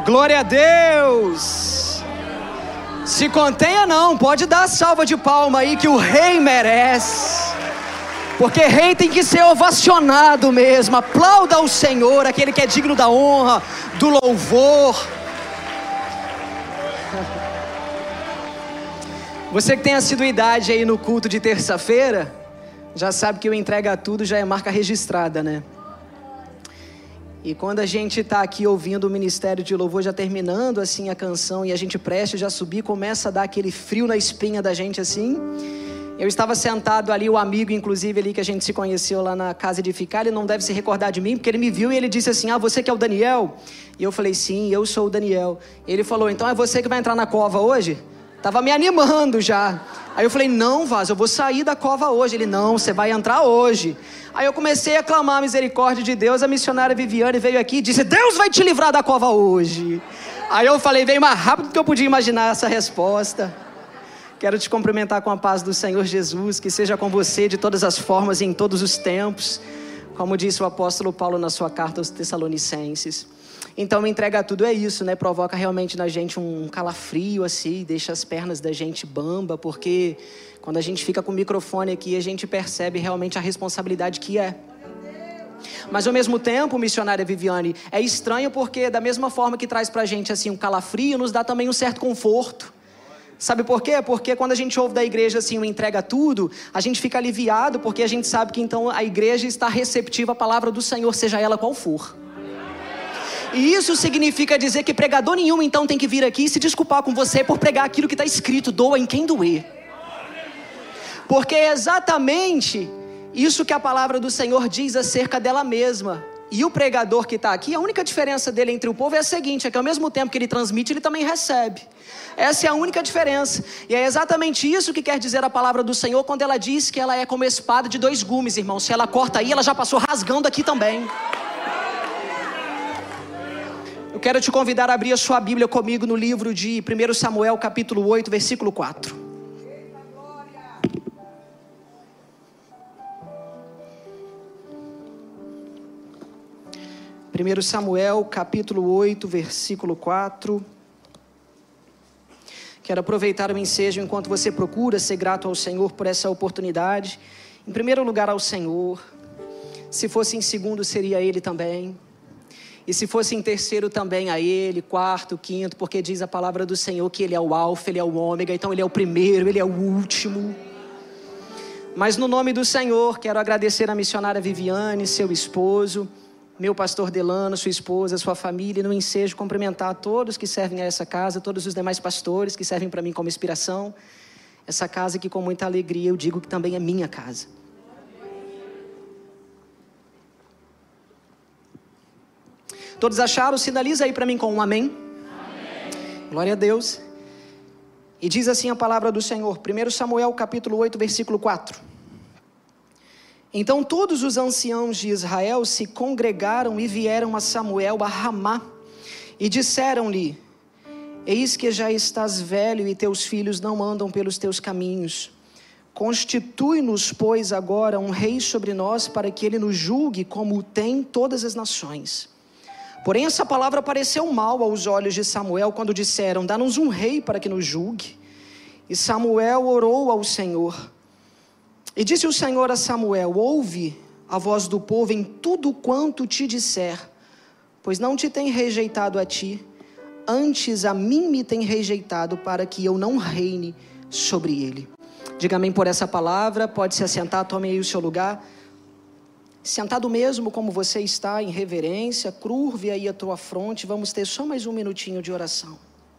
Glória a Deus. Se contenha não, pode dar a salva de palma aí que o rei merece. Porque rei tem que ser ovacionado mesmo. Aplauda ao Senhor, aquele que é digno da honra, do louvor. Você que tem assiduidade aí no culto de terça-feira, já sabe que o Entrega Tudo já é marca registrada, né? E quando a gente está aqui ouvindo o ministério de louvor, já terminando assim a canção, e a gente presta já subir, começa a dar aquele frio na espinha da gente assim. Eu estava sentado ali, o amigo inclusive ali que a gente se conheceu lá na casa de ficar, ele não deve se recordar de mim, porque ele me viu e ele disse assim: ah, você que é o Daniel? E eu falei: sim, eu sou o Daniel. Ele falou: então é você que vai entrar na cova hoje? Tava me animando já. Aí eu falei: não, Vaz, eu vou sair da cova hoje. Ele: não, você vai entrar hoje. Aí eu comecei a clamar a misericórdia de Deus. A missionária Viviane veio aqui e disse: Deus vai te livrar da cova hoje. Aí eu falei: veio mais rápido do que eu podia imaginar essa resposta. Quero te cumprimentar com a paz do Senhor Jesus, que seja com você de todas as formas e em todos os tempos, como disse o apóstolo Paulo na sua carta aos Tessalonicenses. Então me entrega tudo, é isso, né? Provoca realmente na gente um calafrio assim, deixa as pernas da gente bamba, porque quando a gente fica com o microfone aqui, a gente percebe realmente a responsabilidade que é. Mas ao mesmo tempo, missionária Viviane, é estranho porque da mesma forma que traz pra gente assim um calafrio, nos dá também um certo conforto. Sabe por quê? Porque quando a gente ouve da igreja assim, o Entrega Tudo, a gente fica aliviado, porque a gente sabe que então a igreja está receptiva à palavra do Senhor, seja ela qual for. E isso significa dizer que pregador nenhum então tem que vir aqui e se desculpar com você por pregar aquilo que está escrito, doa em quem doer. Porque é exatamente isso que a palavra do Senhor diz acerca dela mesma. E o pregador que está aqui, a única diferença dele entre o povo é a seguinte: é que ao mesmo tempo que ele transmite, ele também recebe. Essa é a única diferença. E é exatamente isso que quer dizer a palavra do Senhor quando ela diz que ela é como espada de dois gumes, irmão. Se ela corta aí, ela já passou rasgando aqui também. Eu quero te convidar a abrir a sua Bíblia comigo no livro de 1 Samuel capítulo 8, versículo 4. Primeiro Samuel capítulo 8, versículo 4. Quero aproveitar o ensejo enquanto você procura ser grato ao Senhor por essa oportunidade. Em primeiro lugar ao Senhor. Se fosse em segundo, seria Ele também. E se fosse em terceiro, também a Ele. Quarto, quinto, porque diz a palavra do Senhor que Ele é o alfa, Ele é o ômega. Então Ele é o primeiro, Ele é o último. Mas no nome do Senhor, quero agradecer a missionária Viviane, seu esposo, meu pastor Delano, sua esposa, sua família, e no ensejo cumprimentar a todos que servem a essa casa, todos os demais pastores que servem para mim como inspiração. Essa casa que com muita alegria eu digo que também é minha casa. Todos acharam? Sinaliza aí para mim com um amém. Amém. Glória a Deus. E diz assim a palavra do Senhor, 1 Samuel capítulo 8, versículo 4. Então todos os anciãos de Israel se congregaram e vieram a Samuel a Ramá e disseram-lhe: eis que já estás velho e teus filhos não andam pelos teus caminhos. Constitui-nos, pois, agora um rei sobre nós, para que ele nos julgue como o tem todas as nações. Porém essa palavra pareceu mal aos olhos de Samuel quando disseram: dá-nos um rei para que nos julgue. E Samuel orou ao Senhor. E disse o Senhor a Samuel: ouve a voz do povo em tudo quanto te disser, pois não te tem rejeitado a ti, antes a mim me tem rejeitado, para que eu não reine sobre ele. Diga amém por essa palavra. Pode se assentar, tome aí o seu lugar. Sentado mesmo como você está, em reverência, curve aí a tua fronte. Vamos ter só mais um minutinho de oração.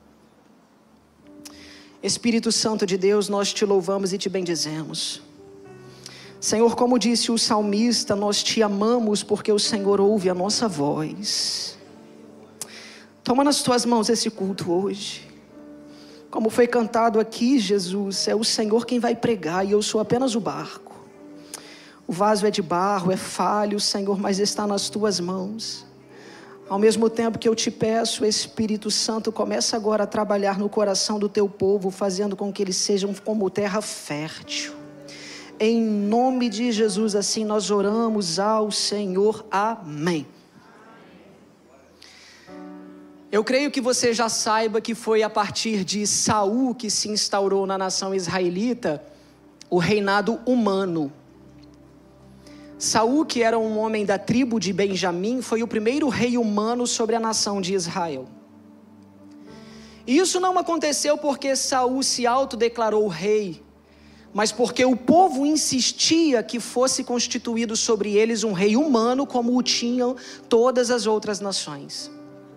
Espírito Santo de Deus, nós te louvamos e te bendizemos. Senhor, como disse o salmista, nós te amamos porque o Senhor ouve a nossa voz. Toma nas tuas mãos esse culto hoje. Como foi cantado aqui, Jesus, é o Senhor quem vai pregar e eu sou apenas o barco. O vaso é de barro, é falho, Senhor, mas está nas tuas mãos. Ao mesmo tempo que eu te peço, Espírito Santo, começa agora a trabalhar no coração do teu povo, fazendo com que eles sejam como terra fértil. Em nome de Jesus, assim nós oramos ao Senhor. Amém. Eu creio que você já saiba que foi a partir de Saul que se instaurou na nação israelita o reinado humano. Saul, que era um homem da tribo de Benjamim, foi o primeiro rei humano sobre a nação de Israel. E isso não aconteceu porque Saul se autodeclarou rei, mas porque o povo insistia que fosse constituído sobre eles um rei humano, como o tinham todas as outras nações.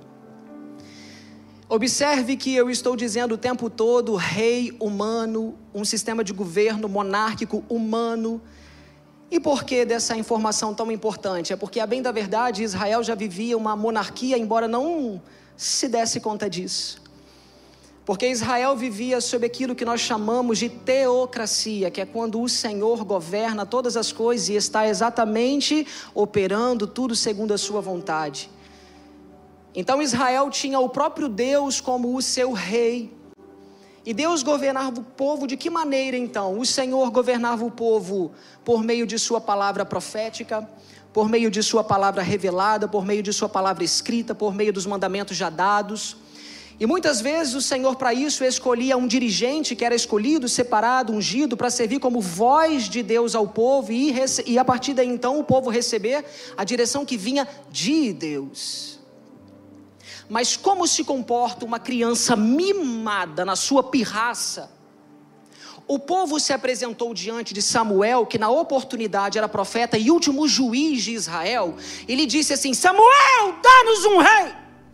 Observe que eu estou dizendo o tempo todo rei humano, um sistema de governo monárquico humano. E por que dessa informação tão importante? É porque, a bem da verdade, Israel já vivia uma monarquia, embora não se desse conta disso. Porque Israel vivia sob aquilo que nós chamamos de teocracia, que é quando o Senhor governa todas as coisas e está exatamente operando tudo segundo a sua vontade. Então Israel tinha o próprio Deus como o seu rei. E Deus governava o povo de que maneira então? O Senhor governava o povo por meio de sua palavra profética, por meio de sua palavra revelada, por meio de sua palavra escrita, por meio dos mandamentos já dados. E muitas vezes o Senhor para isso escolhia um dirigente que era escolhido, separado, ungido, para servir como voz de Deus ao povo e a partir daí então o povo receber a direção que vinha de Deus. Mas como se comporta uma criança mimada na sua pirraça? O povo se apresentou diante de Samuel, que na oportunidade era profeta e último juiz de Israel. Ele disse assim: Samuel, dá-nos um rei.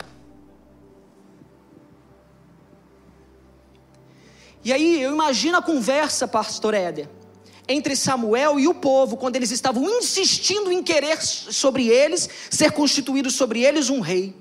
E aí eu imagino a conversa, pastor Éder, entre Samuel e o povo, quando eles estavam insistindo em querer sobre eles, ser constituído sobre eles um rei.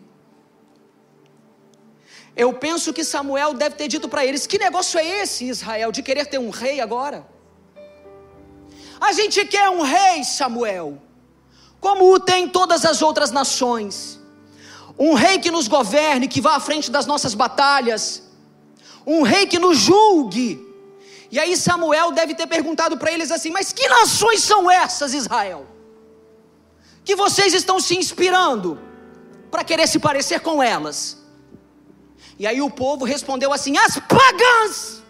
Eu penso que Samuel deve ter dito para eles: que negócio é esse, Israel, de querer ter um rei agora? A gente quer um rei, Samuel, como o tem todas as outras nações. Um rei que nos governe, que vá à frente das nossas batalhas. Um rei que nos julgue. E aí Samuel deve ter perguntado para eles assim: mas que nações são essas, Israel, que vocês estão se inspirando para querer se parecer com elas? E aí o povo respondeu assim: as pagãs.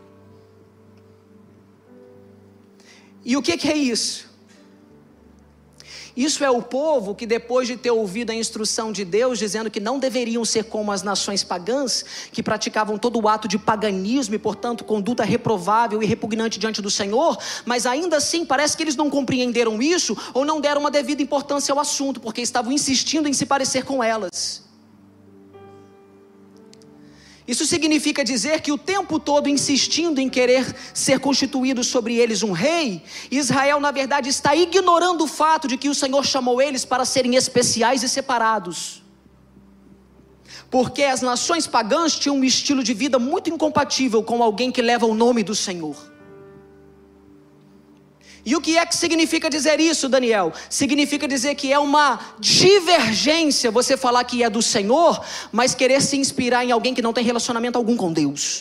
E o que é isso? Isso é o povo que, depois de ter ouvido a instrução de Deus, dizendo que não deveriam ser como as nações pagãs, que praticavam todo o ato de paganismo e, portanto, conduta reprovável e repugnante diante do Senhor, mas ainda assim parece que eles não compreenderam isso, ou não deram uma devida importância ao assunto, porque estavam insistindo em se parecer com elas. Isso significa dizer que o tempo todo insistindo em querer ser constituído sobre eles um rei, Israel na verdade está ignorando o fato de que o Senhor chamou eles para serem especiais e separados. Porque as nações pagãs tinham um estilo de vida muito incompatível com alguém que leva o nome do Senhor. E o que é que significa dizer isso, Daniel? Significa dizer que é uma divergência você falar que é do Senhor, mas querer se inspirar em alguém que não tem relacionamento algum com Deus.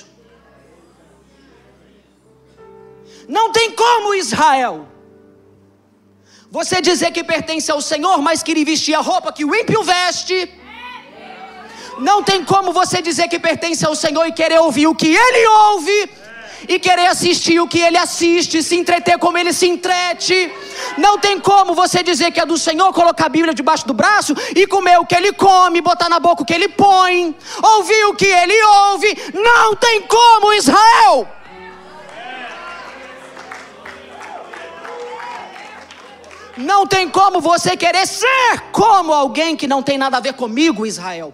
Não tem como, Israel, você dizer que pertence ao Senhor, mas querer vestir a roupa que o ímpio veste. Não tem como você dizer que pertence ao Senhor e querer ouvir o que Ele ouve, e querer assistir o que Ele assiste, se entreter como Ele se entrete. Não tem como você dizer que é do Senhor, colocar a Bíblia debaixo do braço e comer o que Ele come, botar na boca o que Ele põe, ouvir o que Ele ouve. Não tem como, Israel. Não tem como você querer ser como alguém que não tem nada a ver comigo, Israel.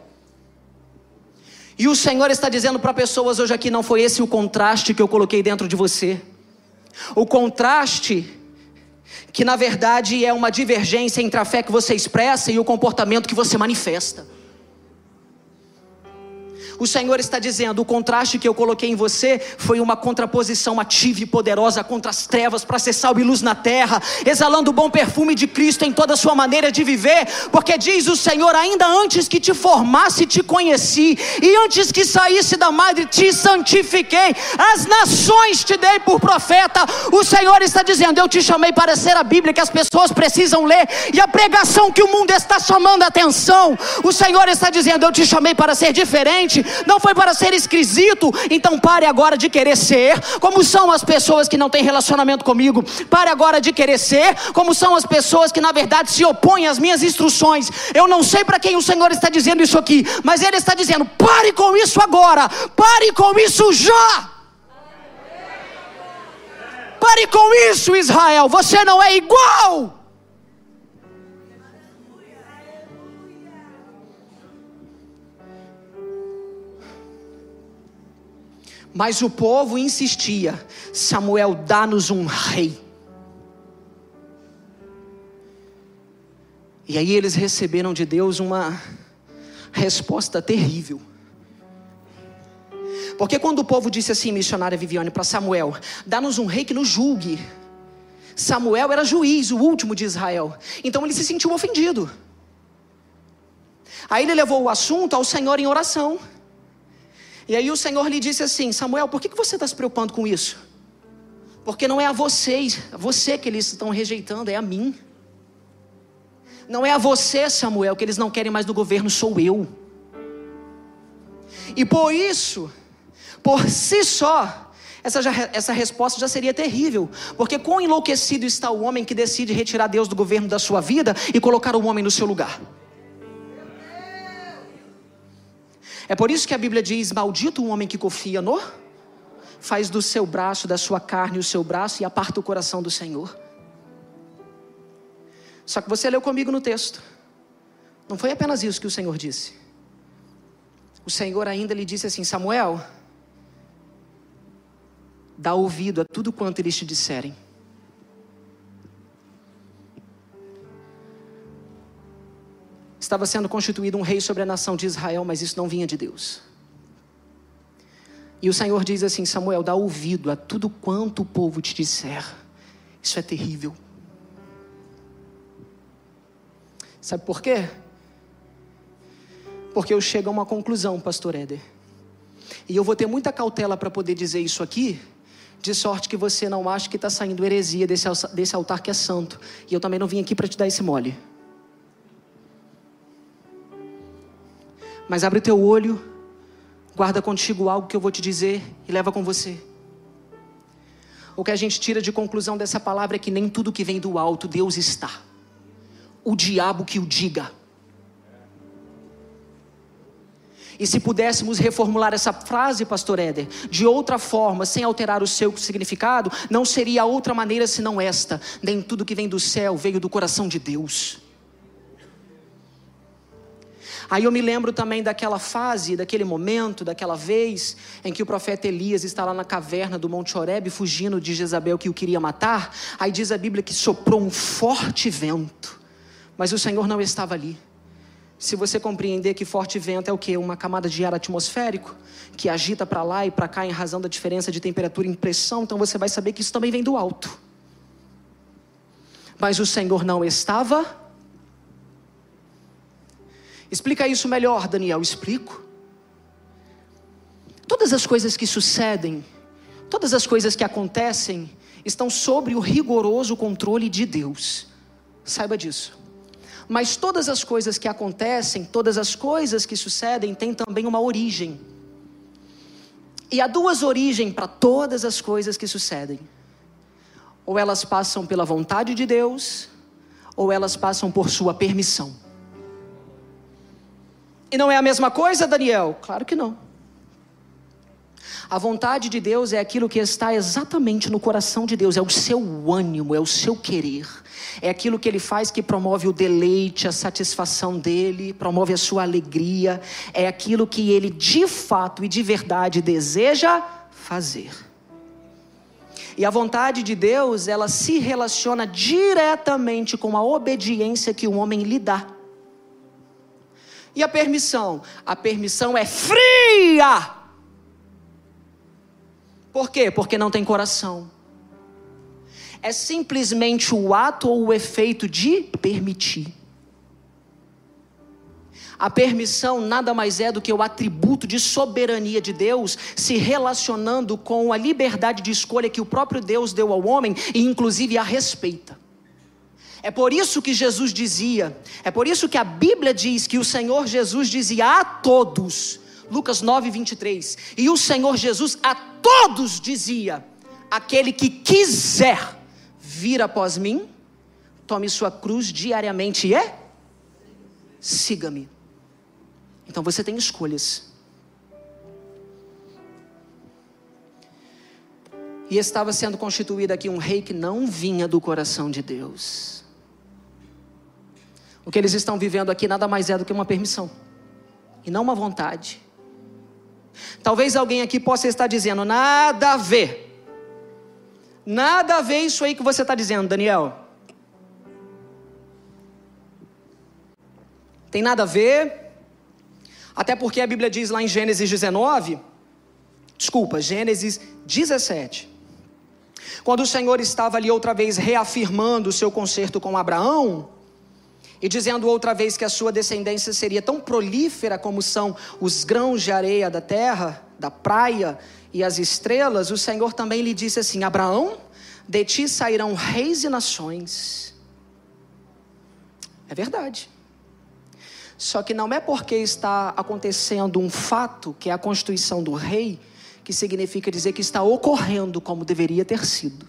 E o Senhor está dizendo para pessoas hoje aqui: não foi esse o contraste que eu coloquei dentro de você. O contraste que na verdade é uma divergência entre a fé que você expressa e o comportamento que você manifesta. O Senhor está dizendo: o contraste que eu coloquei em você foi uma contraposição ativa e poderosa contra as trevas, para ser sal e luz na terra, exalando o bom perfume de Cristo em toda a sua maneira de viver. Porque diz o Senhor: ainda antes que te formasse te conheci, e antes que saísse da madre te santifiquei, as nações te dei por profeta. O Senhor está dizendo: eu te chamei para ser a Bíblia que as pessoas precisam ler, e a pregação que o mundo está chamando a atenção. O Senhor está dizendo: eu te chamei para ser diferente, não foi para ser esquisito. Então pare agora de querer ser como são as pessoas que não têm relacionamento comigo. Pare agora de querer ser como são as pessoas que na verdade se opõem às minhas instruções. Eu não sei para quem o Senhor está dizendo isso aqui, mas Ele está dizendo: pare com isso agora, pare com isso já. Pare com isso, Israel, você não é igual. Mas o povo insistia: Samuel, dá-nos um rei. E aí eles receberam de Deus uma resposta terrível. Porque quando o povo disse assim, missionária Viviane, para Samuel: dá-nos um rei que nos julgue. Samuel era juiz, o último de Israel. Então ele se sentiu ofendido. Aí ele levou o assunto ao Senhor em oração. E aí o Senhor lhe disse assim: Samuel, por que você está se preocupando com isso? Porque não é a você que eles estão rejeitando, é a mim. Não é a você, Samuel, que eles não querem mais no governo, sou eu. E por isso, por si só, essa resposta já seria terrível. Porque quão enlouquecido está o homem que decide retirar Deus do governo da sua vida e colocar o homem no seu lugar. É por isso que a Bíblia diz: maldito o homem que confia no, faz do seu braço, da sua carne o seu braço, e aparta o coração do Senhor. Só que você leu comigo no texto, não foi apenas isso que o Senhor disse. O Senhor ainda lhe disse assim: Samuel, dá ouvido a tudo quanto eles te disserem. Estava sendo constituído um rei sobre a nação de Israel, mas isso não vinha de Deus. E o Senhor diz assim: Samuel, dá ouvido a tudo quanto o povo te disser. Isso é terrível. Sabe por quê? Porque eu chego a uma conclusão, pastor Éder. E eu vou ter muita cautela para poder dizer isso aqui, de sorte que você não ache que está saindo heresia desse altar que é santo. E eu também não vim aqui para te dar esse mole. Mas abre o teu olho, guarda contigo algo que eu vou te dizer e leva com você. O que a gente tira de conclusão dessa palavra é que nem tudo que vem do alto Deus está. O diabo que o diga. E se pudéssemos reformular essa frase, pastor Éder, de outra forma, sem alterar o seu significado, não seria outra maneira senão esta: nem tudo que vem do céu veio do coração de Deus. Aí eu me lembro também daquela fase, daquele momento, daquela vez em que o profeta Elias está lá na caverna do Monte Horebe, fugindo de Jezabel que o queria matar. Aí diz a Bíblia que soprou um forte vento, mas o Senhor não estava ali. Se você compreender que forte vento é o quê? Uma camada de ar atmosférico que agita para lá e para cá em razão da diferença de temperatura e pressão, então você vai saber que isso também vem do alto. Mas o Senhor não estava. Explica isso melhor, Daniel. Explico. Todas as coisas que sucedem, todas as coisas que acontecem, estão sob o rigoroso controle de Deus. Saiba disso. Mas todas as coisas que acontecem, todas as coisas que sucedem, têm também uma origem. E há duas origens para todas as coisas que sucedem. Ou elas passam pela vontade de Deus, ou elas passam por sua permissão. E não é a mesma coisa, Daniel? Claro que não. A vontade de Deus é aquilo que está exatamente no coração de Deus, é o seu ânimo, é o seu querer, é aquilo que Ele faz que promove o deleite, a satisfação dEle, promove a sua alegria, é aquilo que Ele de fato e de verdade deseja fazer. E a vontade de Deus, ela se relaciona diretamente com a obediência que o homem lhe dá. E a permissão? A permissão é fria. Por quê? Porque não tem coração. É simplesmente o ato ou o efeito de permitir. A permissão nada mais é do que o atributo de soberania de Deus se relacionando com a liberdade de escolha que o próprio Deus deu ao homem e inclusive a respeita. É por isso que Jesus dizia, é por isso que a Bíblia diz que o Senhor Jesus dizia a todos, Lucas 9, 23, e o Senhor Jesus a todos dizia: aquele que quiser vir após mim, tome sua cruz diariamente e siga-me. Então você tem escolhas. E estava sendo constituído aqui um rei que não vinha do coração de Deus. O que eles estão vivendo aqui nada mais é do que uma permissão, e não uma vontade. Talvez alguém aqui possa estar dizendo: nada a ver. Nada a ver isso aí que você está dizendo, Daniel. Tem nada a ver. Até porque a Bíblia diz lá em Gênesis 17, quando o Senhor estava ali outra vez reafirmando o seu concerto com Abraão, e dizendo outra vez que a sua descendência seria tão prolífera como são os grãos de areia da terra, da praia e as estrelas, o Senhor também lhe disse assim: Abraão, de ti sairão reis e nações. É verdade. Só que não é porque está acontecendo um fato, que é a constituição do rei, que significa dizer que está ocorrendo como deveria ter sido.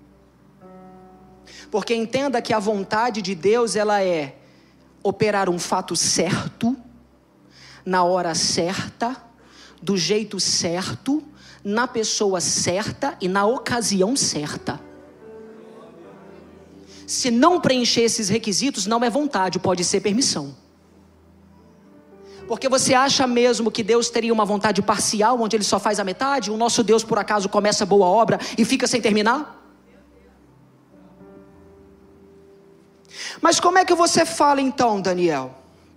Porque entenda que a vontade de Deus, ela é operar um fato certo, na hora certa, do jeito certo, na pessoa certa e na ocasião certa. Se não preencher esses requisitos, não é vontade, pode ser permissão. Porque você acha mesmo que Deus teria uma vontade parcial, onde Ele só faz a metade? O nosso Deus por acaso começa a boa obra e fica sem terminar? Mas como é que você fala então, Daniel,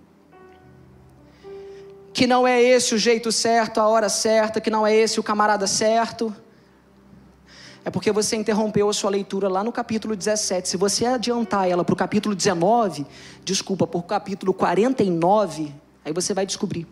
que não é esse o jeito certo, a hora certa, que não é esse o camarada certo? É porque você interrompeu a sua leitura lá no capítulo 17. Se você adiantar ela para o capítulo 19, desculpa, para o capítulo 49, aí você vai descobrir.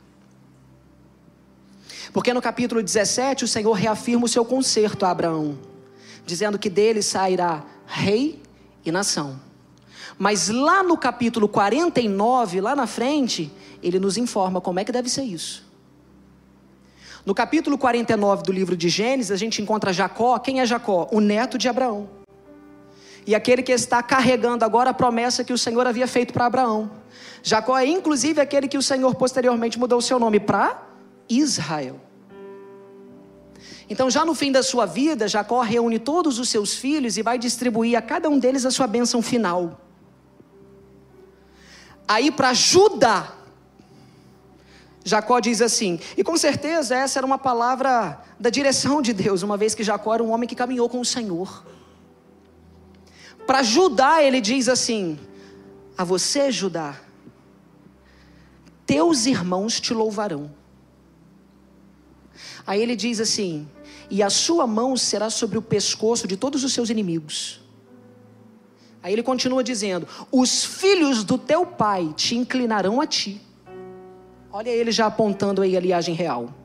Porque no capítulo 17 o Senhor reafirma o seu concerto a Abraão, dizendo que dele sairá rei e nação. Mas lá no capítulo 49, lá na frente, ele nos informa como é que deve ser isso. No capítulo 49 do livro de Gênesis, a gente encontra Jacó. Quem é Jacó? O neto de Abraão. E aquele que está carregando agora a promessa que o Senhor havia feito para Abraão. Jacó é inclusive aquele que o Senhor posteriormente mudou o seu nome para Israel. Então já no fim da sua vida, Jacó reúne todos os seus filhos e vai distribuir a cada um deles a sua bênção final. Aí para Judá, Jacó diz assim, e com certeza essa era uma palavra da direção de Deus, uma vez que Jacó era um homem que caminhou com o Senhor. Para Judá ele diz assim: a você, Judá, teus irmãos te louvarão. Aí ele diz assim: e a sua mão será sobre o pescoço de todos os seus inimigos. Aí ele continua dizendo: os filhos do teu pai te inclinarão a ti. Olha ele já apontando aí a linhagem real.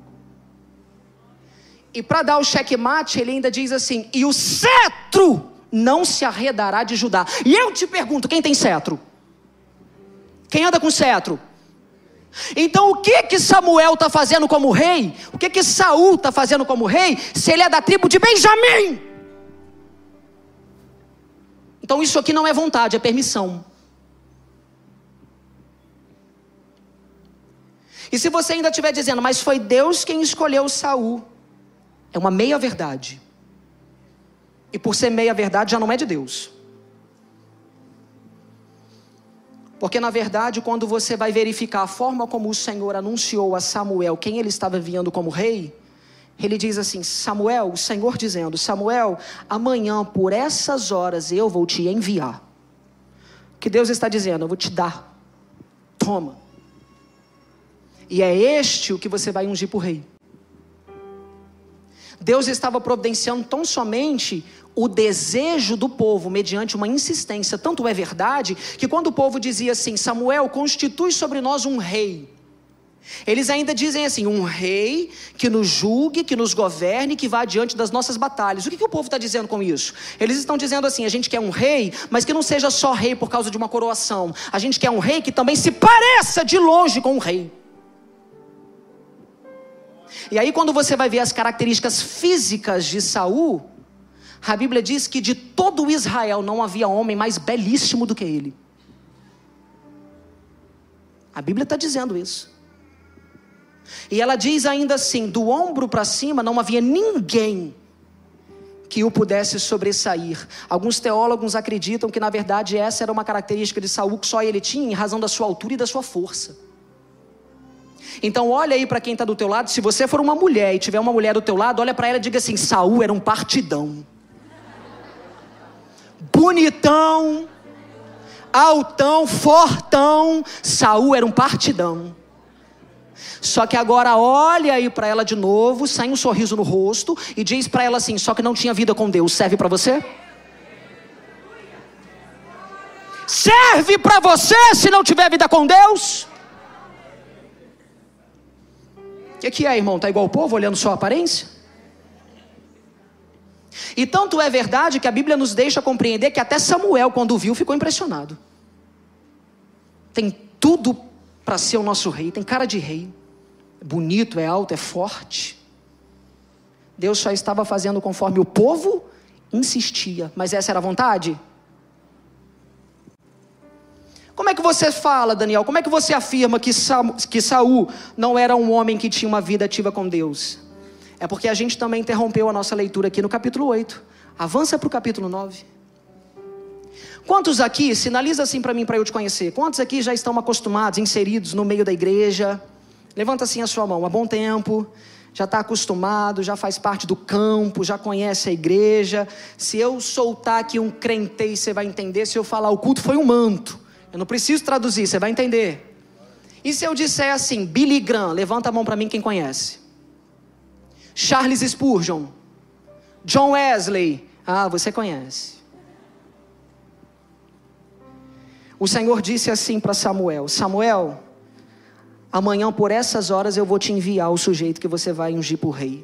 E para dar o checkmate, ele ainda diz assim: e o cetro não se arredará de Judá. E eu te pergunto, quem tem cetro? Quem anda com cetro? Então o que Samuel está fazendo como rei? O que Saul está fazendo como rei? Se ele é da tribo de Benjamim? Então isso aqui não é vontade, é permissão. E se você ainda estiver dizendo, mas foi Deus quem escolheu Saul, é uma meia verdade. E por ser meia verdade já não é de Deus. Porque na verdade, quando você vai verificar a forma como o Senhor anunciou a Samuel quem ele estava enviando como rei, ele diz assim: Samuel, o Senhor dizendo: Samuel, amanhã por essas horas eu vou te enviar. O que Deus está dizendo? Eu vou te dar. Toma. e é este o que você vai ungir por rei. Deus estava providenciando tão somente o desejo do povo, mediante uma insistência. Tanto é verdade, que quando o povo dizia assim: Samuel, constitui sobre nós um rei, eles ainda dizem assim: um rei que nos julgue, que nos governe, que vá adiante das nossas batalhas. O que o povo está dizendo com isso? Eles estão dizendo assim: a gente quer um rei, mas que não seja só rei por causa de uma coroação. A gente quer um rei que também se pareça de longe com um rei. E aí quando você vai ver as características físicas de Saul, a Bíblia diz que de todo Israel não havia homem mais belíssimo do que ele. A Bíblia está dizendo isso. E ela diz ainda assim: do ombro para cima não havia ninguém que o pudesse sobressair. Alguns teólogos acreditam que na verdade essa era uma característica de Saul que só ele tinha, em razão da sua altura e da sua força. Então olha aí para quem está do teu lado. Se você for uma mulher e tiver uma mulher do teu lado, olha para ela e diga assim: Saul era um partidão, bonitão, altão, fortão. Saul era um partidão. Só que agora olha aí para ela de novo, sai um sorriso no rosto e diz para ela assim: só que não tinha vida com Deus. Serve para você? Serve para você se não tiver vida com Deus? O que é, irmão? Está igual o povo, olhando só a aparência? E tanto é verdade que a Bíblia nos deixa compreender que até Samuel, quando viu, ficou impressionado. Tem tudo para ser o nosso rei, tem cara de rei, é bonito, é alto, é forte. Deus só estava fazendo conforme o povo insistia. Mas essa era a vontade? Como é que você fala, Daniel? Como é que você afirma que Saul não era um homem que tinha uma vida ativa com Deus? É porque a gente também interrompeu a nossa leitura aqui no capítulo 8. Avança para o capítulo 9. Quantos aqui, sinaliza assim para mim, para eu te conhecer. Quantos aqui já estão acostumados, inseridos no meio da igreja? Levanta assim a sua mão. Há bom tempo, já está acostumado, já faz parte do campo, já conhece a igreja. Se eu soltar aqui um crentei, você vai entender. Se eu falar o culto foi um manto, eu não preciso traduzir, você vai entender. E se eu disser assim: Billy Graham, levanta a mão para mim quem conhece. Charles Spurgeon, John Wesley, você conhece. O Senhor disse assim para Samuel: Samuel, amanhã por essas horas eu vou te enviar o sujeito que você vai ungir por rei.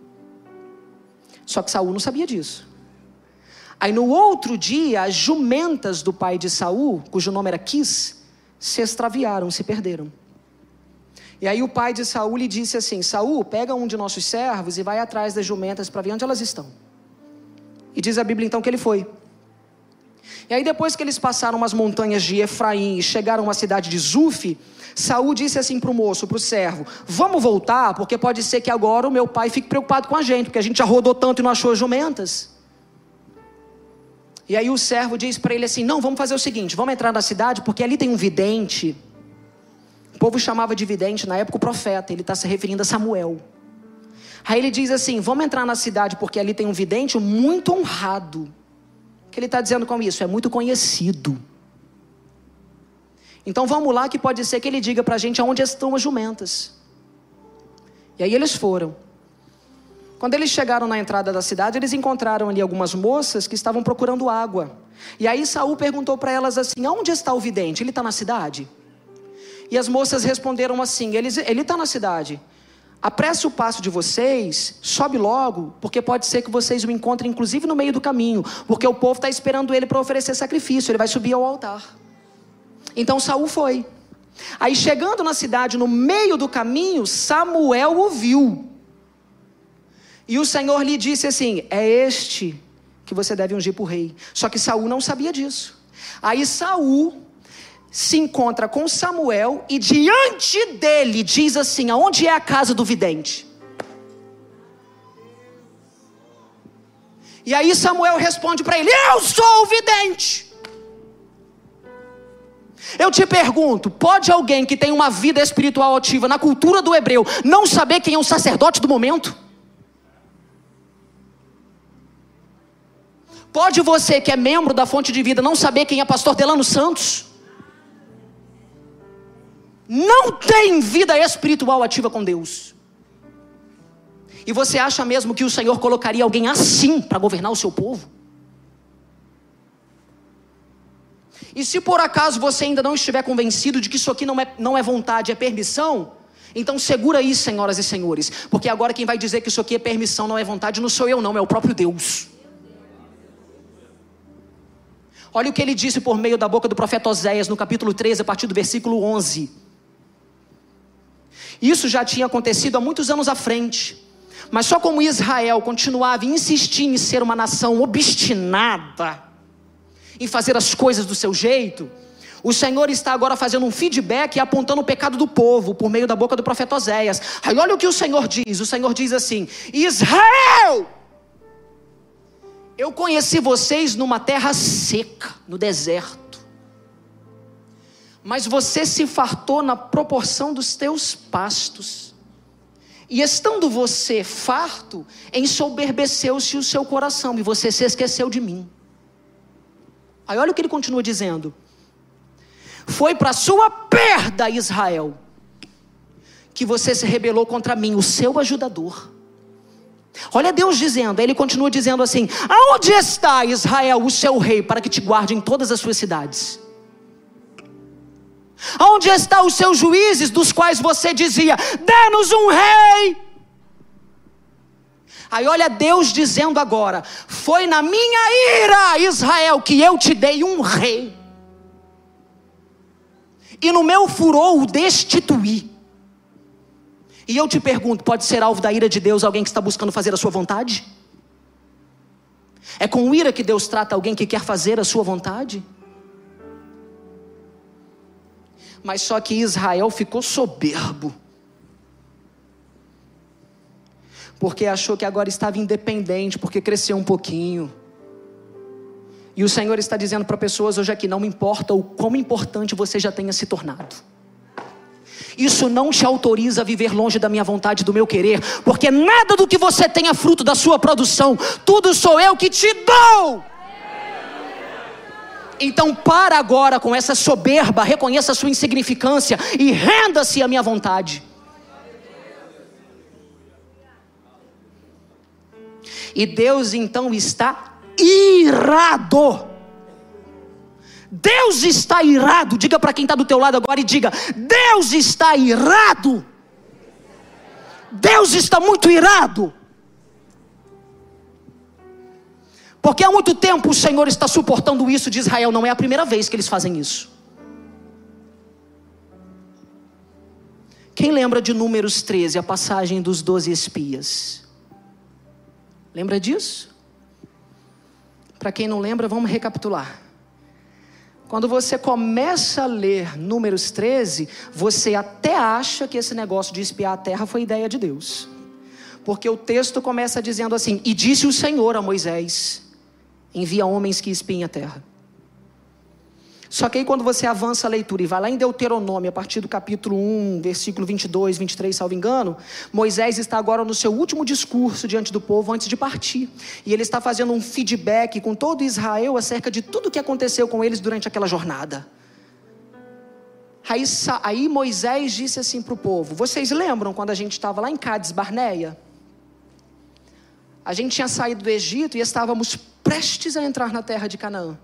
Só que Saul não sabia disso. Aí no outro dia, as jumentas do pai de Saul, cujo nome era Quis, se extraviaram, se perderam. E aí o pai de Saul lhe disse assim: Saul, pega um de nossos servos e vai atrás das jumentas para ver onde elas estão. E diz a Bíblia então que ele foi. E aí depois que eles passaram as montanhas de Efraim e chegaram à cidade de Zuf, Saul disse assim para o moço, para o servo: vamos voltar, porque pode ser que agora o meu pai fique preocupado com a gente, porque a gente já rodou tanto e não achou as jumentas. E aí o servo diz para ele assim: não, vamos fazer o seguinte, vamos entrar na cidade, porque ali tem um vidente. O povo chamava de vidente na época o profeta, ele está se referindo a Samuel. Aí ele diz assim: vamos entrar na cidade, porque ali tem um vidente muito honrado. O que ele está dizendo com isso? É muito conhecido. Então vamos lá, que pode ser que ele diga para a gente aonde estão as jumentas. E aí eles foram. Quando eles chegaram na entrada da cidade, eles encontraram ali algumas moças que estavam procurando água. E aí Saul perguntou para elas assim: aonde está o vidente? Ele está na cidade? E as moças responderam assim: ele está na cidade. Apresse o passo de vocês, sobe logo, porque pode ser que vocês o encontrem inclusive no meio do caminho, porque o povo está esperando ele para oferecer sacrifício, ele vai subir ao altar. Então Saul foi. Aí chegando na cidade, no meio do caminho, Samuel o viu. E o Senhor lhe disse assim: é este que você deve ungir por rei. Só que Saul não sabia disso. Aí Saul se encontra com Samuel e diante dele diz assim: aonde é a casa do vidente? E aí Samuel responde para ele: eu sou o vidente. Eu te pergunto, pode alguém que tem uma vida espiritual ativa na cultura do hebreu não saber quem é o sacerdote do momento? Pode você que é membro da Fonte de Vida não saber quem é pastor Delano Santos? não tem vida espiritual ativa com Deus. E você acha mesmo que o Senhor colocaria alguém assim para governar o seu povo? E se por acaso você ainda não estiver convencido de que isso aqui não é vontade, é permissão, então segura aí, senhoras e senhores, porque agora quem vai dizer que isso aqui é permissão, não é vontade, não sou eu não, é o próprio Deus. Olha o que ele disse por meio da boca do profeta Oséias, no capítulo 13, a partir do versículo 11. Isso já tinha acontecido há muitos anos à frente, mas só como Israel continuava e insistia em ser uma nação obstinada, em fazer as coisas do seu jeito, o Senhor está agora fazendo um feedback e apontando o pecado do povo, por meio da boca do profeta Oséias. Aí olha o que o Senhor diz assim: Israel, eu conheci vocês numa terra seca, no deserto, mas você se fartou na proporção dos teus pastos, e estando você farto, ensoberbeceu-se o seu coração, e você se esqueceu de mim. Aí olha o que ele continua dizendo: foi para sua perda, Israel, que você se rebelou contra mim, o seu ajudador. Olha Deus dizendo, aí ele continua dizendo assim: aonde está, Israel, o seu rei, para que te guarde em todas as suas cidades? Aonde estão os seus juízes, dos quais você dizia: dê-nos um rei? Aí olha Deus dizendo agora: foi na minha ira, Israel, que eu te dei um rei, e no meu furor o destituí. E eu te pergunto, pode ser alvo da ira de Deus alguém que está buscando fazer a sua vontade? É com ira que Deus trata alguém que quer fazer a sua vontade? Mas só que Israel ficou soberbo, porque achou que agora estava independente, porque cresceu um pouquinho. E o Senhor está dizendo para pessoas hoje aqui: não me importa o quão importante você já tenha se tornado, isso não te autoriza a viver longe da minha vontade, do meu querer, porque nada do que você tem é fruto da sua produção, tudo sou eu que te dou. Então para agora com essa soberba, reconheça a sua insignificância e renda-se à minha vontade. E Deus então está irado. Deus está irado. Diga para quem está do teu lado agora e diga: Deus está irado. Deus está muito irado. Porque há muito tempo o Senhor está suportando isso de Israel. Não é a primeira vez que eles fazem isso. Quem lembra de Números 13, a passagem dos 12 espias? Lembra disso? Para quem não lembra, vamos recapitular. Quando você começa a ler Números 13, você até acha que esse negócio de espiar a terra foi ideia de Deus, porque o texto começa dizendo assim: e disse o Senhor a Moisés: envia homens que espiem a terra. Só que aí quando você avança a leitura e vai lá em Deuteronômio, a partir do capítulo 1, versículo 22, 23, salvo engano, Moisés está agora no seu último discurso diante do povo antes de partir. E ele está fazendo um feedback com todo Israel acerca de tudo o que aconteceu com eles durante aquela jornada. Aí Moisés disse assim para o povo: vocês lembram quando a gente estava lá em Cádiz Barneia? A gente tinha saído do Egito e estávamos prestes a entrar na terra de Canaã.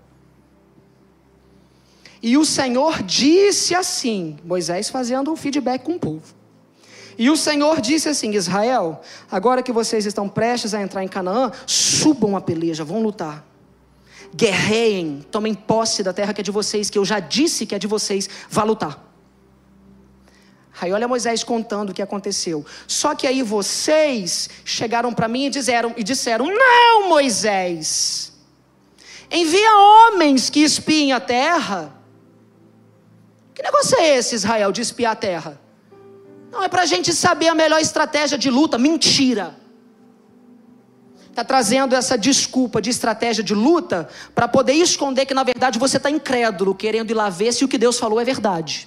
E o Senhor disse assim, Moisés fazendo um feedback com o povo. E o Senhor disse assim: Israel, agora que vocês estão prestes a entrar em Canaã, subam a peleja, vão lutar. Guerreiem, tomem posse da terra que é de vocês, que eu já disse que é de vocês, vá lutar. Aí olha Moisés contando o que aconteceu. Só que aí vocês chegaram para mim e disseram: não, Moisés, envia homens que espiem a terra. Que negócio é esse, Israel, de espiar a terra? Não, é para a gente saber a melhor estratégia de luta. Mentira. Está trazendo essa desculpa de estratégia de luta para poder esconder que na verdade você está incrédulo, querendo ir lá ver se o que Deus falou é verdade,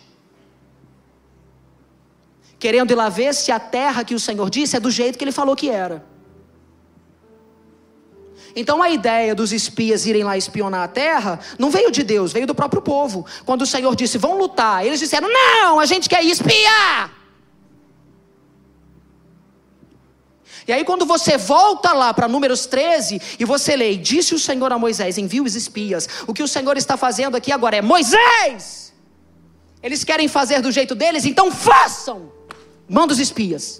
querendo ir lá ver se a terra que o Senhor disse é do jeito que Ele falou que era. Então a ideia dos espias irem lá espionar a terra não veio de Deus, veio do próprio povo. Quando o Senhor disse, vão lutar, eles disseram, não, a gente quer ir espiar. E aí quando você volta lá para Números 13 e você lê, disse o Senhor a Moisés, envia os espias. O que o Senhor está fazendo aqui agora é, Moisés, eles querem fazer do jeito deles, então façam. Manda os espias.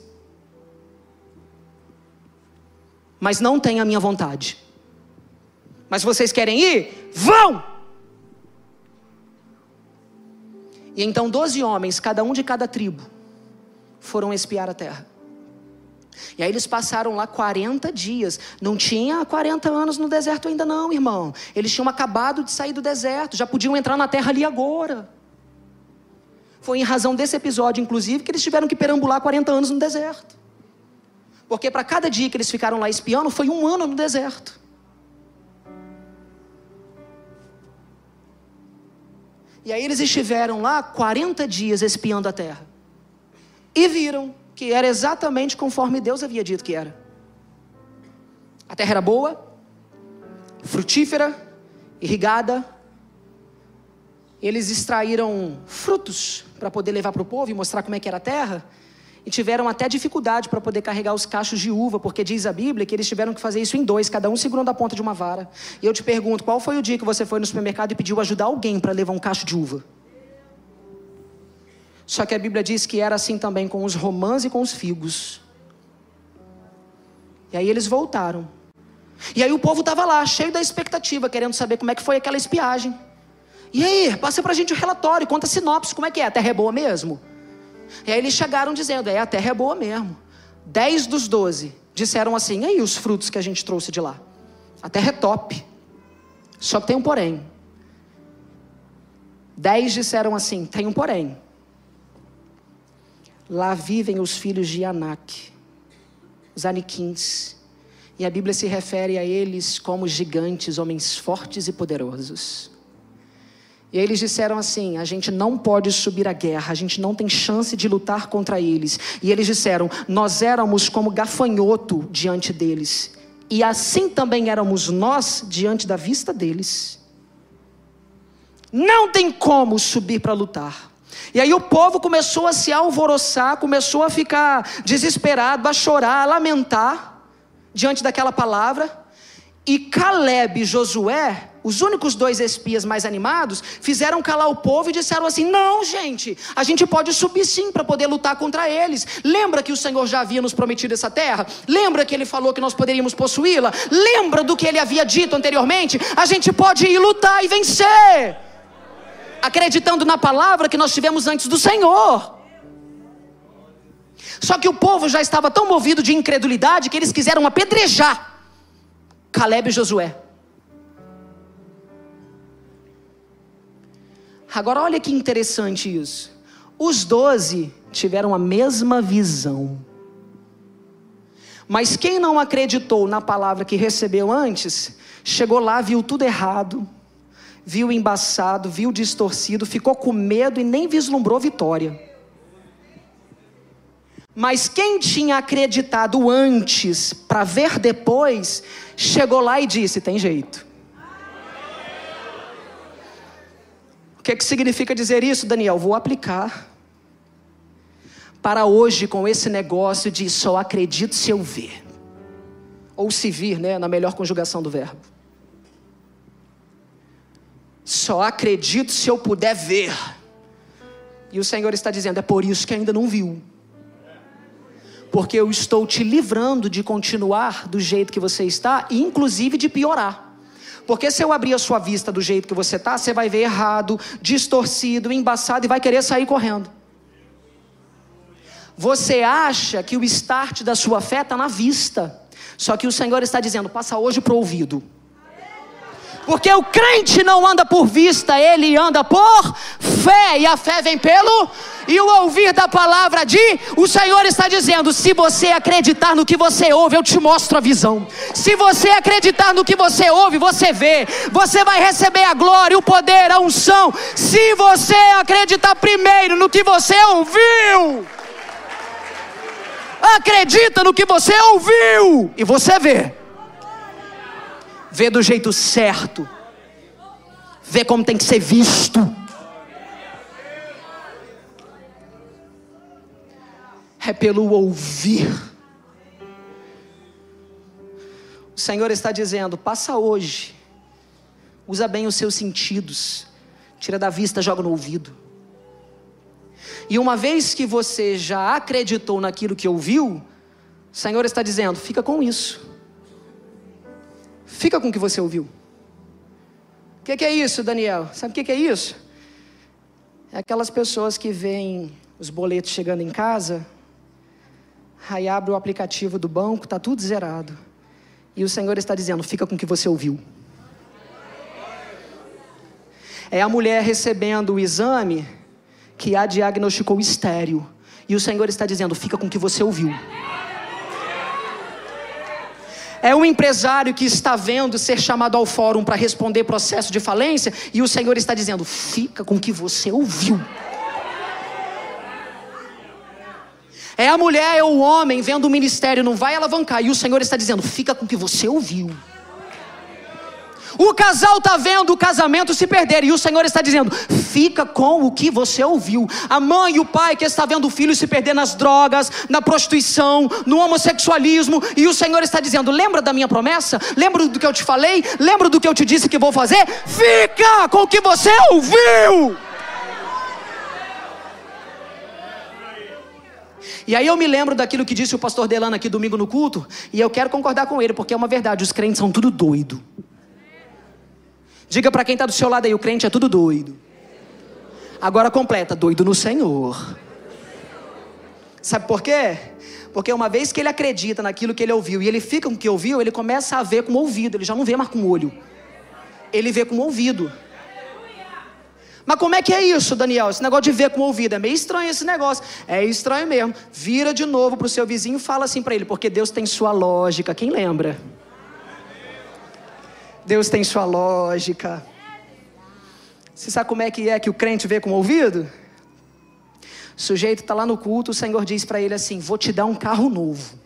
Mas não tem a minha vontade. Mas vocês querem ir? Vão! E então 12 homens, cada um de cada tribo, foram espiar a terra. E aí eles passaram lá 40 dias. Não tinha 40 anos no deserto ainda não, irmão. Eles tinham acabado de sair do deserto. Já podiam entrar na terra ali agora. Foi em razão desse episódio, inclusive, que eles tiveram que perambular 40 anos no deserto. Porque para cada dia que eles ficaram lá espiando, foi 1 ano no deserto. E aí eles estiveram lá 40 dias espiando a terra. E viram que era exatamente conforme Deus havia dito que era. A terra era boa, frutífera, irrigada. Eles extraíram frutos para poder levar para o povo e mostrar como é que era a terra. E tiveram até dificuldade para poder carregar os cachos de uva, porque diz a Bíblia que eles tiveram que fazer isso em 2, cada um segurando a ponta de uma vara. E eu te pergunto, qual foi o dia que você foi no supermercado e pediu ajudar alguém para levar um cacho de uva? Só que a Bíblia diz que era assim também com os romãs e com os figos. E aí eles voltaram. E aí o povo estava lá, cheio da expectativa, querendo saber como é que foi aquela espiagem. E aí, passa pra gente o relatório, conta a sinopse, como é que é? A terra é boa mesmo? E aí eles chegaram dizendo, a terra é boa mesmo. 10 dos 12 disseram assim, e aí os frutos que a gente trouxe de lá? A terra é top. Só que tem um porém. 10 disseram assim, tem um porém. Lá vivem os filhos de Anak, os Aniquins. E a Bíblia se refere a eles como gigantes, homens fortes e poderosos. E eles disseram assim, a gente não pode subir à guerra, a gente não tem chance de lutar contra eles. E eles disseram, nós éramos como gafanhoto diante deles. E assim também éramos nós diante da vista deles. Não tem como subir para lutar. E aí o povo começou a se alvoroçar, começou a ficar desesperado, a chorar, a lamentar diante daquela palavra. E Caleb e Josué, os únicos 2 espias mais animados, fizeram calar o povo e disseram assim, não gente, a gente pode subir sim para poder lutar contra eles. Lembra que o Senhor já havia nos prometido essa terra? Lembra que Ele falou que nós poderíamos possuí-la? Lembra do que Ele havia dito anteriormente? A gente pode ir lutar e vencer, acreditando na palavra que nós tivemos antes do Senhor. Só que o povo já estava tão movido de incredulidade que eles quiseram apedrejar Caleb e Josué. Agora olha que interessante isso. Os 12 tiveram a mesma visão. Mas quem não acreditou na palavra que recebeu antes, chegou lá, viu tudo errado, viu embaçado, viu distorcido, ficou com medo e nem vislumbrou vitória. Mas quem tinha acreditado antes para ver depois, chegou lá e disse, tem jeito. O que significa dizer isso, Daniel? Vou aplicar para hoje com esse negócio de só acredito se eu ver. Ou se vir, né, na melhor conjugação do verbo. Só acredito se eu puder ver. E o Senhor está dizendo, é por isso que ainda não viu. Porque eu estou te livrando de continuar do jeito que você está, e inclusive de piorar. Porque se eu abrir a sua vista do jeito que você está, você vai ver errado, distorcido, embaçado e vai querer sair correndo. Você acha que o start da sua fé está na vista. Só que o Senhor está dizendo, passa hoje para o ouvido. Porque o crente não anda por vista, ele anda por fé. E a fé vem pelo... E o ouvir da palavra o Senhor está dizendo, se você acreditar no que você ouve, eu te mostro a visão. Se você acreditar no que você ouve, você vê. Você vai receber a glória, o poder, a unção. Se você acreditar primeiro no que você ouviu. Acredita no que você ouviu e você vê. Vê do jeito certo. Vê como tem que ser visto. É pelo ouvir. O Senhor está dizendo: passa hoje, usa bem os seus sentidos, tira da vista, joga no ouvido. E uma vez que você já acreditou naquilo que ouviu, o Senhor está dizendo: fica com isso, fica com o que você ouviu. O que é isso, Daniel? Sabe o que é isso? É aquelas pessoas que veem os boletos chegando em casa, aí abre o aplicativo do banco, está tudo zerado, e o Senhor está dizendo: fica com o que você ouviu. É a mulher recebendo o exame que a diagnosticou estéril, e o Senhor está dizendo: fica com o que você ouviu. É um empresário que está vendo ser chamado ao fórum para responder processo de falência, e o Senhor está dizendo: fica com o que você ouviu. É a mulher, é o homem vendo o ministério não vai alavancar, e o Senhor está dizendo: fica com o que você ouviu. O casal está vendo o casamento se perder, e o Senhor está dizendo: fica com o que você ouviu. A mãe e o pai que está vendo o filho se perder nas drogas, na prostituição, no homossexualismo, e o Senhor está dizendo: lembra da minha promessa? Lembra do que eu te falei? Lembra do que eu te disse que vou fazer? Fica com o que você ouviu. E aí eu me lembro daquilo que disse o pastor Delano aqui domingo no culto, e eu quero concordar com ele, porque é uma verdade: os crentes são tudo doido. Diga para quem está do seu lado aí: o crente é tudo doido. Agora completa: doido no Senhor. Sabe por quê? Porque uma vez que ele acredita naquilo que ele ouviu, e ele fica com o que ouviu, ele começa a ver com o ouvido. Ele já não vê mais com o olho, ele vê com o ouvido. Mas como é que é isso, Daniel? Esse negócio de ver com o ouvido, é meio estranho esse negócio. É estranho mesmo. Vira de novo para o seu vizinho e fala assim para ele: porque Deus tem sua lógica. Quem lembra? Deus tem sua lógica. Você sabe como é que o crente vê com o ouvido? O sujeito está lá no culto, o Senhor diz para ele assim: vou te dar um carro novo.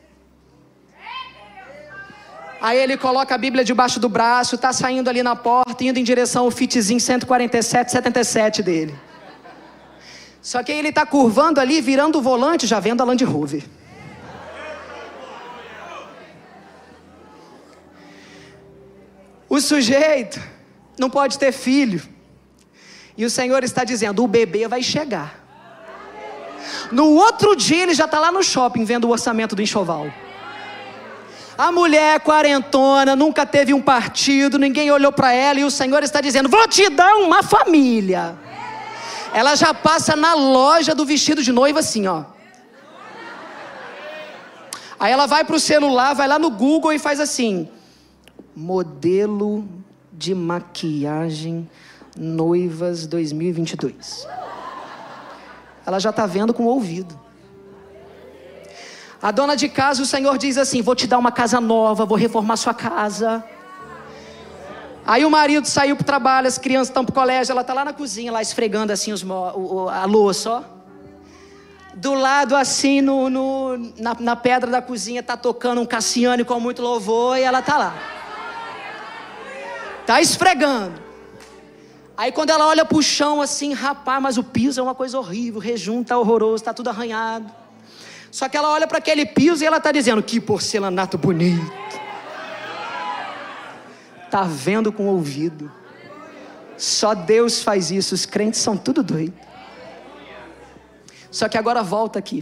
Aí ele coloca a Bíblia debaixo do braço, está saindo ali na porta, indo em direção ao Fitzinho 147, 77 dele. Só que aí ele está curvando ali, virando o volante, já vendo a Land Rover. O sujeito não pode ter filho, e o Senhor está dizendo: o bebê vai chegar. No outro dia ele já está lá no shopping vendo o orçamento do enxoval. A mulher quarentona, nunca teve um partido, ninguém olhou para ela, e o Senhor está dizendo: vou te dar uma família. Ela já passa na loja do vestido de noiva assim, ó. Aí ela vai para o celular, vai lá no Google e faz assim: modelo de maquiagem noivas 2022. Ela já está vendo com o ouvido. A dona de casa, o Senhor diz assim: vou te dar uma casa nova, vou reformar sua casa. Aí o marido saiu para o trabalho, as crianças estão para o colégio, ela está lá na cozinha, lá esfregando assim a louça, ó. Do lado assim, na pedra da cozinha, está tocando um Cassiane com muito louvor, e ela está lá. Está esfregando. Aí quando ela olha para o chão assim, rapaz, mas o piso é uma coisa horrível, o rejunto está horroroso, está tudo arranhado. Só que ela olha para aquele piso e ela está dizendo: que porcelanato bonito. Está vendo com o ouvido. Só Deus faz isso, os crentes são tudo doido. Só que agora volta aqui.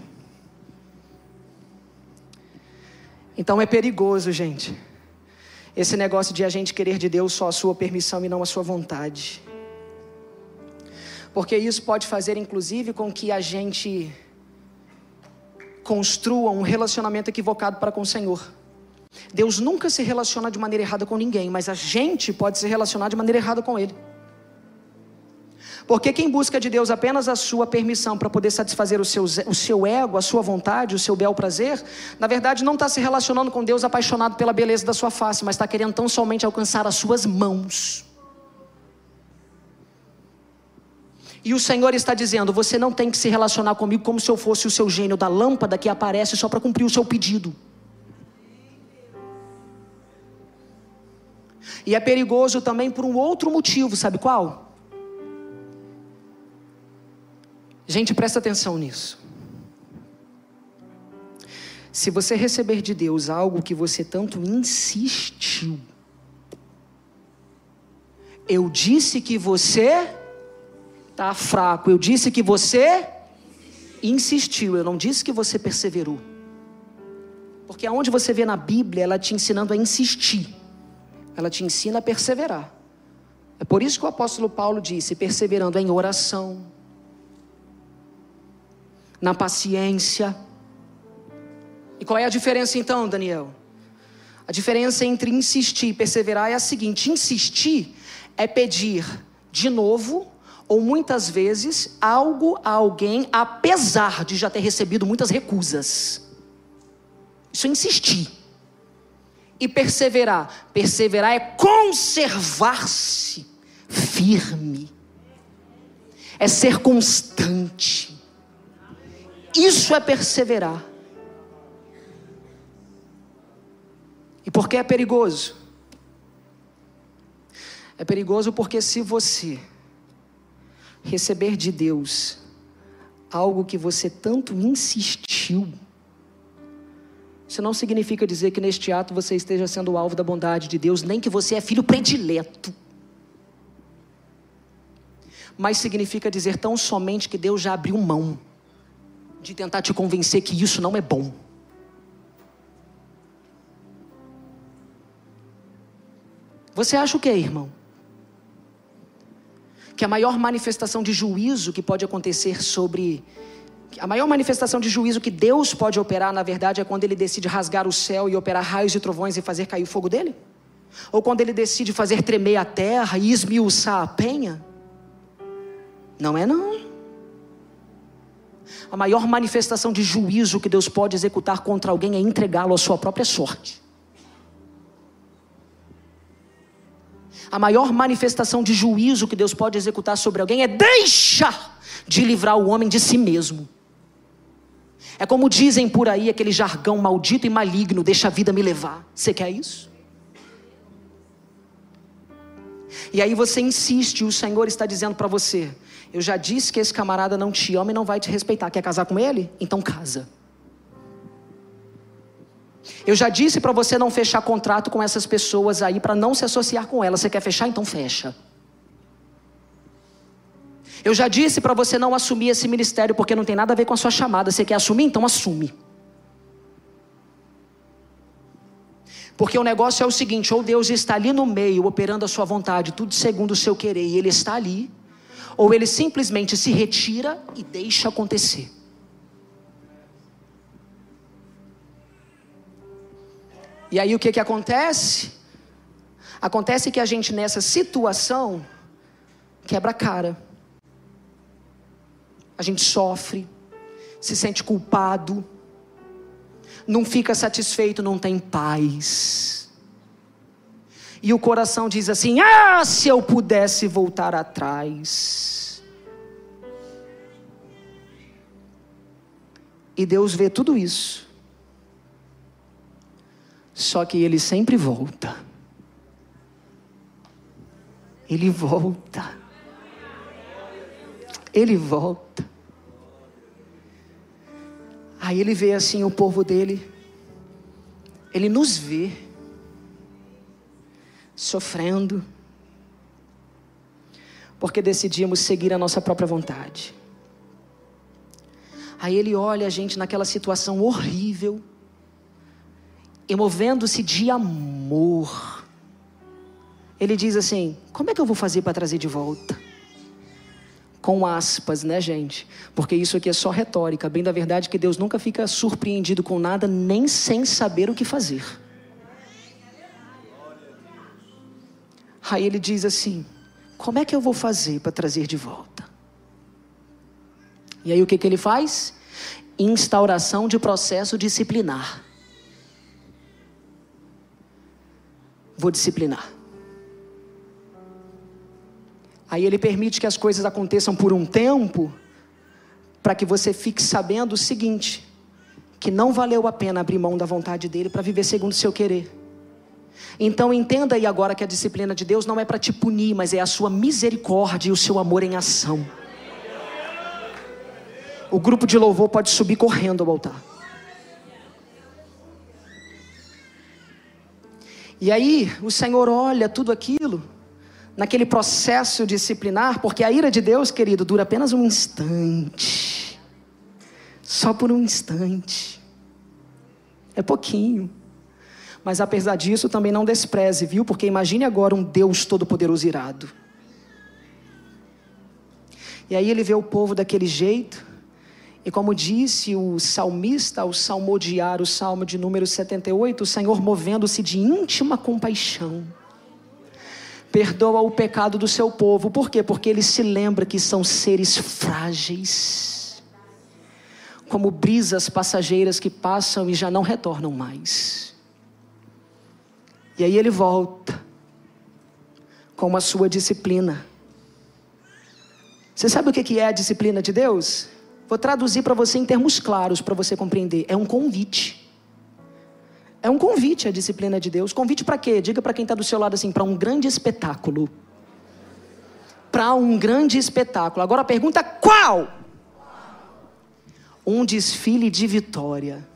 Então é perigoso, gente, esse negócio de a gente querer de Deus só a sua permissão e não a sua vontade. Porque isso pode fazer inclusive com que a gente construa um relacionamento equivocado para com o Senhor. Deus nunca se relaciona de maneira errada com ninguém, mas a gente pode se relacionar de maneira errada com Ele. Porque quem busca de Deus apenas a sua permissão para poder satisfazer o seu ego, a sua vontade, o seu bel prazer, na verdade não está se relacionando com Deus apaixonado pela beleza da sua face, mas está querendo tão somente alcançar as suas mãos. E o Senhor está dizendo: você não tem que se relacionar comigo como se eu fosse o seu gênio da lâmpada que aparece só para cumprir o seu pedido. E é perigoso também por um outro motivo, sabe qual? Gente, presta atenção nisso. Se você receber de Deus algo que você tanto insistiu, eu disse que você está fraco, eu disse que você insistiu, eu não disse que você perseverou. Porque aonde você vê na Bíblia, ela te ensinando a insistir, ela te ensina a perseverar. É por isso que o apóstolo Paulo disse, perseverando em oração, na paciência. E qual é a diferença então, Daniel? A diferença entre insistir e perseverar é a seguinte: insistir é pedir de novo, ou muitas vezes, algo a alguém, apesar de já ter recebido muitas recusas. Isso é insistir. E perseverar é conservar-se firme, é ser constante. Isso é perseverar. E por que é perigoso? É perigoso porque se você receber de Deus algo que você tanto insistiu, isso não significa dizer que neste ato você esteja sendo alvo da bondade de Deus, nem que você é filho predileto. Mas significa dizer tão somente que Deus já abriu mão de tentar te convencer que isso não é bom. Você acha o que, irmão? Que a maior manifestação de juízo que pode acontecer a maior manifestação de juízo que Deus pode operar, na verdade, é quando Ele decide rasgar o céu e operar raios e trovões e fazer cair o fogo dele? Ou quando Ele decide fazer tremer a terra e esmiuçar a penha? Não é não. A maior manifestação de juízo que Deus pode executar contra alguém é entregá-lo à sua própria sorte. A maior manifestação de juízo que Deus pode executar sobre alguém é deixar de livrar o homem de si mesmo. É como dizem por aí, aquele jargão maldito e maligno: deixa a vida me levar. Você quer isso? E aí você insiste, e o Senhor está dizendo para você: eu já disse que esse camarada não te ama e não vai te respeitar. Quer casar com ele? Então casa. Eu já disse para você não fechar contrato com essas pessoas aí, para não se associar com elas. Você quer fechar? Então fecha. Eu já disse para você não assumir esse ministério, porque não tem nada a ver com a sua chamada. Você quer assumir? Então assume. Porque o negócio é o seguinte: ou Deus está ali no meio, operando a sua vontade, tudo segundo o seu querer, e Ele está ali, ou Ele simplesmente se retira e deixa acontecer. E aí o que acontece? Acontece que a gente nessa situação quebra a cara. A gente sofre, se sente culpado, não fica satisfeito, não tem paz. E o coração diz assim: ah, se eu pudesse voltar atrás. E Deus vê tudo isso. Só que Ele sempre volta. Ele volta. Ele volta. Aí Ele vê assim o povo dele. Ele nos vê sofrendo, porque decidimos seguir a nossa própria vontade. Aí Ele olha a gente naquela situação horrível, e movendo-se de amor, Ele diz assim: como é que eu vou fazer para trazer de volta? Com aspas, né, gente? Porque isso aqui é só retórica. Bem da verdade que Deus nunca fica surpreendido com nada, nem sem saber o que fazer. Aí Ele diz assim: como é que eu vou fazer para trazer de volta? E aí o que Ele faz? Instauração de processo disciplinar. Vou disciplinar. Aí Ele permite que as coisas aconteçam por um tempo, para que você fique sabendo o seguinte: que não valeu a pena abrir mão da vontade dEle para viver segundo o seu querer. Então entenda aí agora que a disciplina de Deus não é para te punir, mas é a sua misericórdia e o seu amor em ação. O grupo de louvor pode subir correndo ao altar. E aí o Senhor olha tudo aquilo, naquele processo disciplinar, porque a ira de Deus, querido, dura apenas um instante. Só por um instante. É pouquinho. Mas apesar disso, também não despreze, viu? Porque imagine agora um Deus todo-poderoso irado. E aí ele vê o povo daquele jeito. E como disse o salmista ao salmodiar o salmo de número 78, o Senhor, movendo-se de íntima compaixão, perdoa o pecado do seu povo. Por quê? Porque ele se lembra que são seres frágeis, como brisas passageiras que passam e já não retornam mais. E aí ele volta com a sua disciplina. Você sabe o que é a disciplina de Deus? Vou traduzir para você em termos claros para você compreender. É um convite. É um convite a disciplina de Deus. Convite para quê? Diga para quem está do seu lado assim: para um grande espetáculo. Para um grande espetáculo. Agora a pergunta: qual? Um desfile de vitória.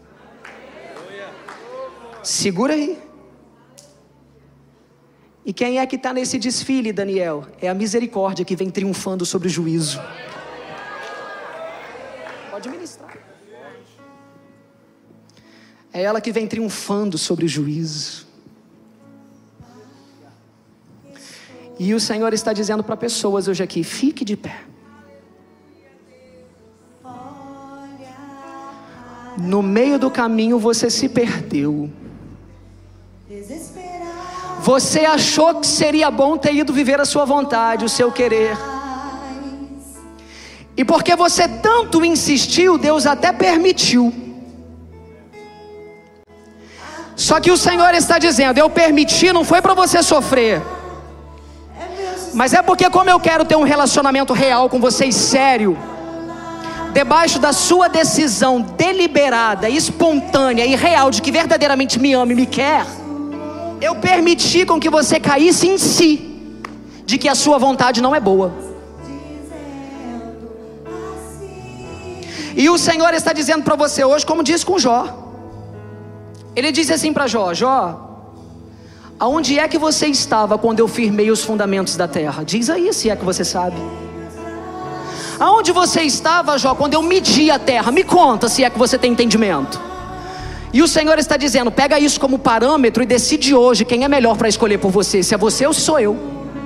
Segura aí. E quem é que está nesse desfile, Daniel? É a misericórdia que vem triunfando sobre o juízo. Pode ministrar. É ela que vem triunfando sobre o juízo. E o Senhor está dizendo para pessoas hoje aqui: fique de pé. No meio do caminho você se perdeu. Você achou que seria bom ter ido viver a sua vontade, o seu querer. E porque você tanto insistiu, Deus até permitiu. Só que o Senhor está dizendo: eu permiti, não foi para você sofrer, mas é porque, como eu quero ter um relacionamento real com vocês, sério, debaixo da sua decisão deliberada, espontânea e real de que verdadeiramente me ama e me quer, eu permiti com que você caísse em si, de que a sua vontade não é boa. E o Senhor está dizendo para você hoje, como disse com Jó. Ele disse assim para Jó: Jó, aonde é que você estava quando eu firmei os fundamentos da terra? Diz aí, se é que você sabe. Aonde você estava, Jó, quando eu medi a terra? Me conta, se é que você tem entendimento. E o Senhor está dizendo: pega isso como parâmetro e decide hoje quem é melhor para escolher por você, se é você ou se sou eu.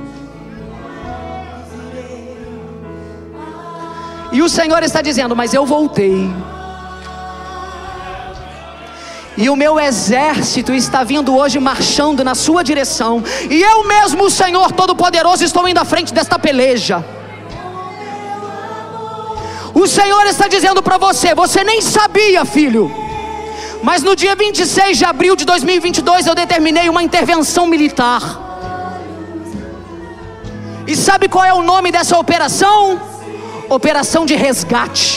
E o Senhor está dizendo: mas eu voltei, e o meu exército está vindo hoje marchando na sua direção, e eu mesmo, o Senhor Todo-Poderoso, estou indo à frente desta peleja. O Senhor está dizendo para você: você nem sabia, filho, mas no dia 26 de abril de 2022 eu determinei uma intervenção militar. E sabe qual é o nome dessa operação? Operação de resgate.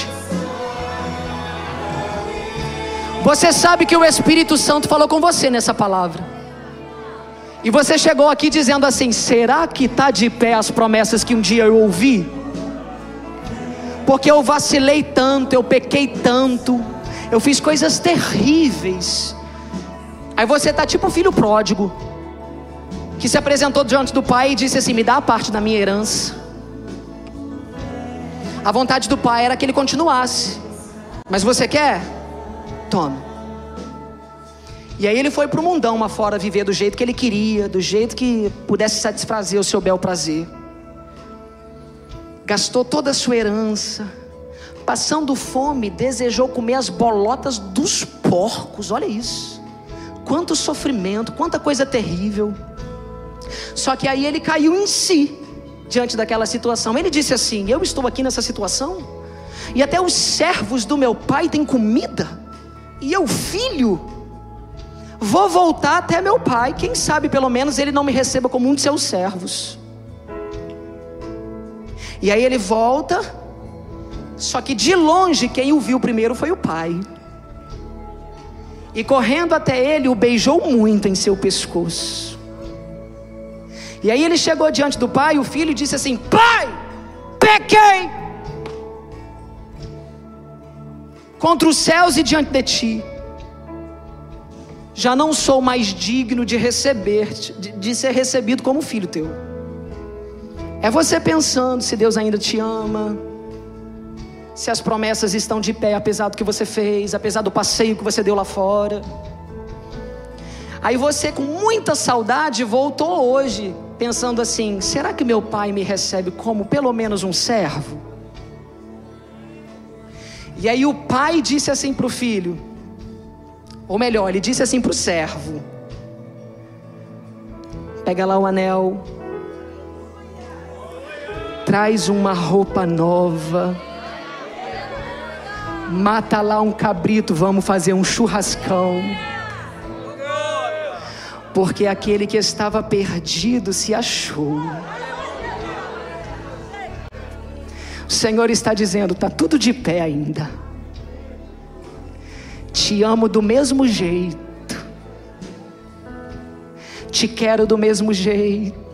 Você sabe que o Espírito Santo falou com você nessa palavra. E você chegou aqui dizendo assim: será que está de pé as promessas que um dia eu ouvi? Porque eu vacilei tanto, eu pequei tanto, eu fiz coisas terríveis. Aí você está tipo o filho pródigo, que se apresentou diante do pai e disse assim: me dá a parte da minha herança. A vontade do pai era que ele continuasse, mas você quer? Toma. E aí ele foi para o mundão afora viver do jeito que ele queria, do jeito que pudesse satisfazer o seu bel prazer. Gastou toda a sua herança, passando fome, desejou comer as bolotas dos porcos. Olha isso, quanto sofrimento, quanta coisa terrível. Só que aí ele caiu em si, diante daquela situação. Ele disse assim: eu estou aqui nessa situação, e até os servos do meu pai têm comida, e eu, filho, vou voltar até meu pai, quem sabe pelo menos ele não me receba como um de seus servos. E aí ele volta, só que de longe quem o viu primeiro foi o pai. E correndo até ele, o beijou muito em seu pescoço. E aí ele chegou diante do pai, o filho, e disse assim: pai, pequei contra os céus e diante de ti. Já não sou mais digno de ser recebido como filho teu. É você pensando se Deus ainda te ama, se as promessas estão de pé, apesar do que você fez, apesar do passeio que você deu lá fora. Aí você, com muita saudade, voltou hoje pensando assim: será que meu pai me recebe como pelo menos um servo? E aí o pai disse assim para o filho, ou melhor, ele disse assim para o servo: pega lá o anel, traz uma roupa nova, mata lá um cabrito, vamos fazer um churrascão, porque aquele que estava perdido se achou. O Senhor está dizendo: está tudo de pé ainda, te amo do mesmo jeito, te quero do mesmo jeito,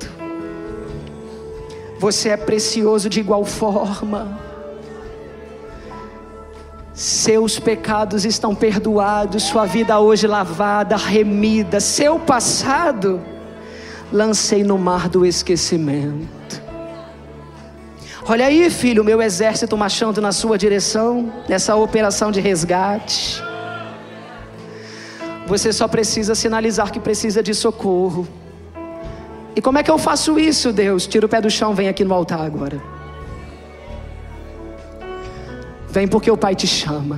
você é precioso de igual forma, seus pecados estão perdoados, sua vida hoje lavada, remida, seu passado lancei no mar do esquecimento. Olha aí, filho, meu exército marchando na sua direção, nessa operação de resgate. Você só precisa sinalizar que precisa de socorro. E como é que eu faço isso, Deus? Tira o pé do chão, vem aqui no altar agora. Vem porque o Pai te chama.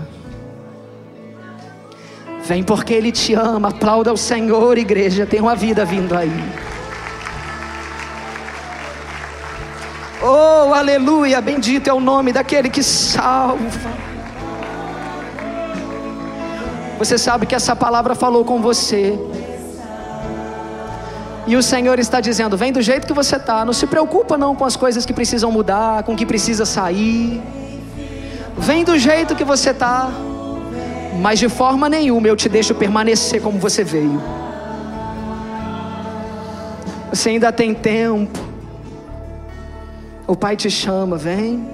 Vem porque Ele te ama. Aplauda o Senhor, igreja. Tem uma vida vindo aí. Oh, aleluia. Bendito é o nome daquele que salva. Você sabe que essa palavra falou com você. E o Senhor está dizendo: vem do jeito que você está. Não se preocupa não com as coisas que precisam mudar, com o que precisa sair. Vem do jeito que você está. Mas de forma nenhuma eu te deixo permanecer como você veio. Você ainda tem tempo. O Pai te chama, vem.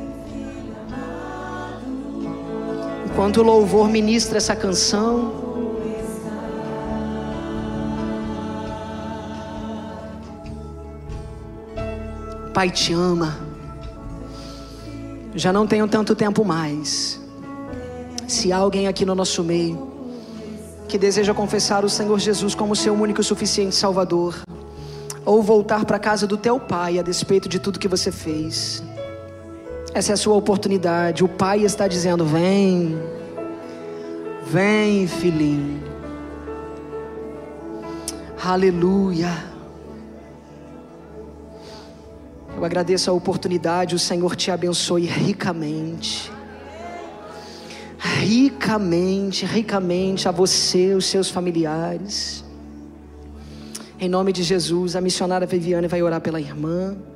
Enquanto o louvor ministra essa canção, o Pai te ama. Já não tenho tanto tempo mais. Se há alguém aqui no nosso meio que deseja confessar o Senhor Jesus como seu único e suficiente Salvador, ou voltar para a casa do teu pai a despeito de tudo que você fez, essa é a sua oportunidade. O Pai está dizendo: vem, vem, filhinho. Aleluia. Eu agradeço a oportunidade. O Senhor te abençoe ricamente. Ricamente, ricamente a você, os seus familiares. Em nome de Jesus, a missionária Viviane vai orar pela irmã.